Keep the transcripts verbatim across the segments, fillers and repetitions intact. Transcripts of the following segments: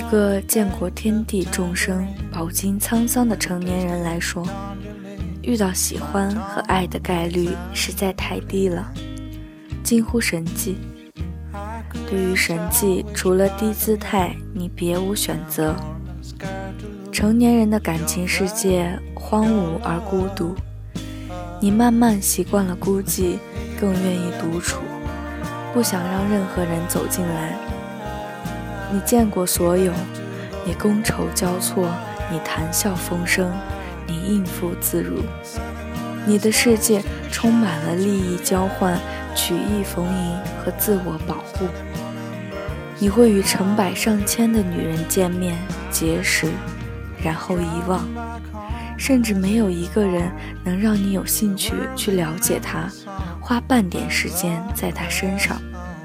个见过天地众生、饱经沧桑的成年人来说，遇到喜欢和爱的概率实在太低了，近乎神迹。对于神迹，除了低姿态，你别无选择。成年人的感情世界荒芜而孤独，你慢慢习惯了孤寂，更愿意独处，不想让任何人走进来。你见过所有，你觥筹交错，你谈笑风生，你应付自如。你的世界充满了利益交换、曲意逢迎和自我保护。你会与成百上千的女人见面结识，然后遗忘，甚至没有一个人能让你有兴趣去了解她，花半点时间在她身上。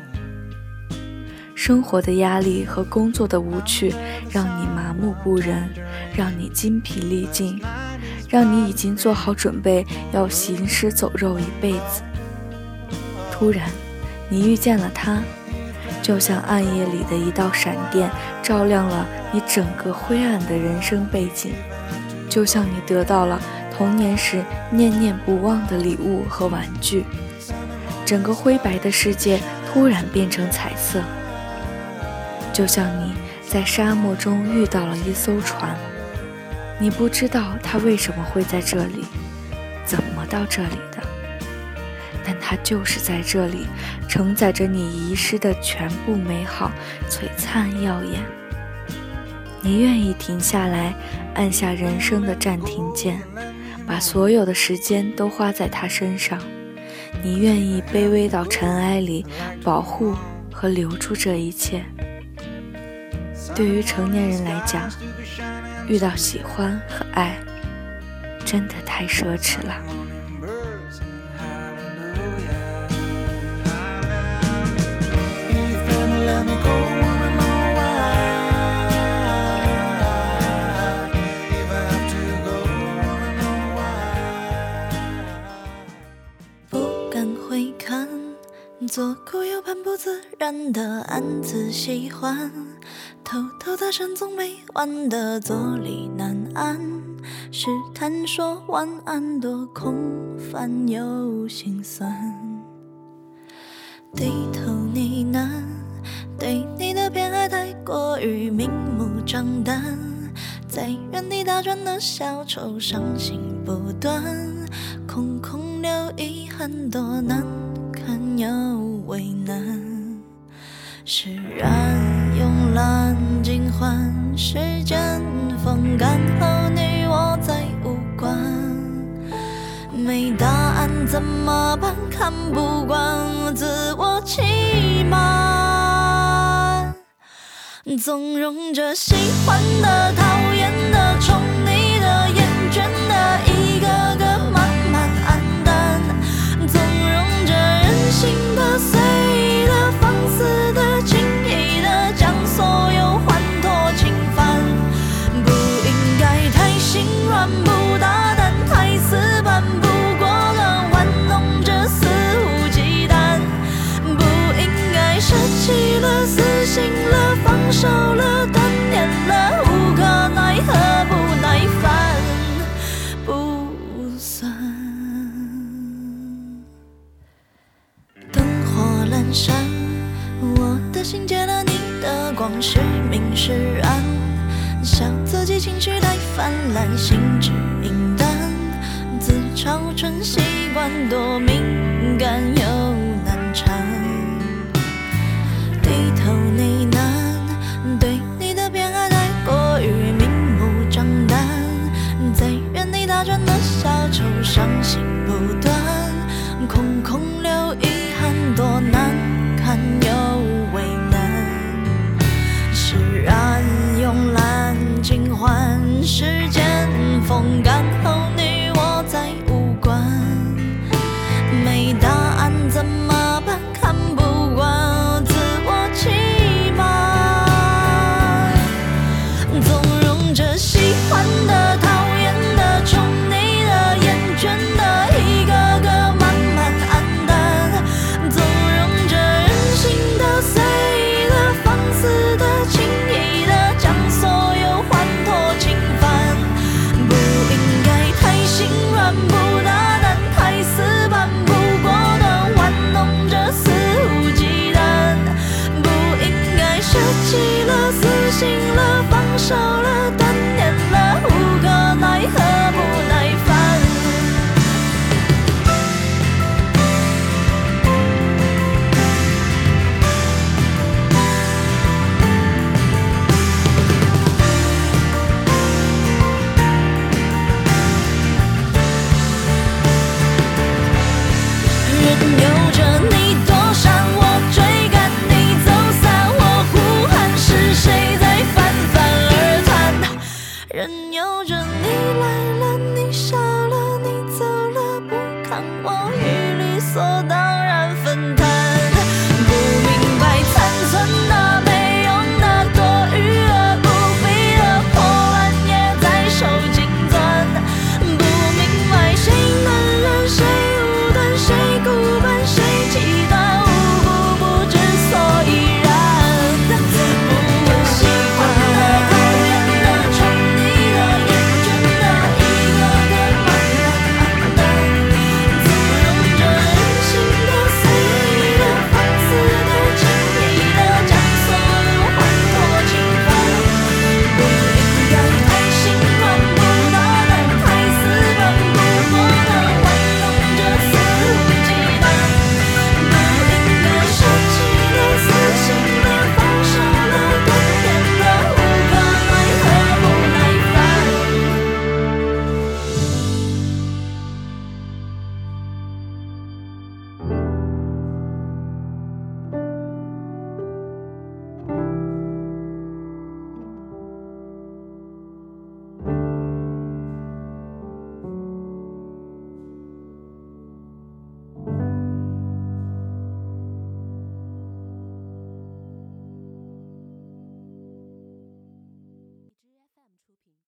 生活的压力和工作的无趣让你麻木不仁，让你筋疲力尽，让你已经做好准备要行尸走肉一辈子。突然你遇见了他，就像暗夜里的一道闪电，照亮了你整个灰暗的人生背景，就像你得到了童年时念念不忘的礼物和玩具，整个灰白的世界突然变成彩色。就像你在沙漠中遇到了一艘船，你不知道它为什么会在这里，怎么到这里的，但它就是在这里，承载着你遗失的全部美好，璀璨耀眼。你愿意停下来，按下人生的暂停键，把所有的时间都花在它身上。你愿意卑微到尘埃里，保护和留住这一切。对于成年人来讲，遇到喜欢和爱真的太奢侈了。 不敢回看，左顾右盼，不自然的暗自喜欢，偷偷的深总没完的坐立难安，试探说晚安，多空泛又心酸。低头呢喃，对你的偏爱太过于明目张胆，在原地打转的小丑，伤心不断，空空留遗憾，多难堪又为难。释然慵懒尽欢，时间风干后你我再无关，没答案怎么办？看不惯自我欺瞒，纵容着喜欢的、讨厌的、宠你的、厌倦的，一个个慢慢黯淡，纵容着任性的、随意的、放肆的、轻易的，将所有欢脱侵犯。不应该太心软，不大胆，太死板，不果断，玩弄着肆无忌惮。不应该舍弃了、死心了、放手了、断念了，无可奈何，不耐烦，不算。灯火阑珊，我的心借了你的光，是明是暗，笑自己情绪太泛滥，心智阴淡，自嘲成习惯，多敏感又难缠。低头呢喃，对你的偏爱太过于明目张胆，在原地打转的小丑，伤心不断，空空留遗憾，多难堪又为难。释然慵懒尽欢，时间风干后你我再无关，没答案怎么办？看不惯自我欺瞒，纵容着喜欢的、讨厌的、宠你的、厌倦的，一个个慢慢黯淡，纵容着任性的、随意的、放肆的、轻易的，将心了，放手了。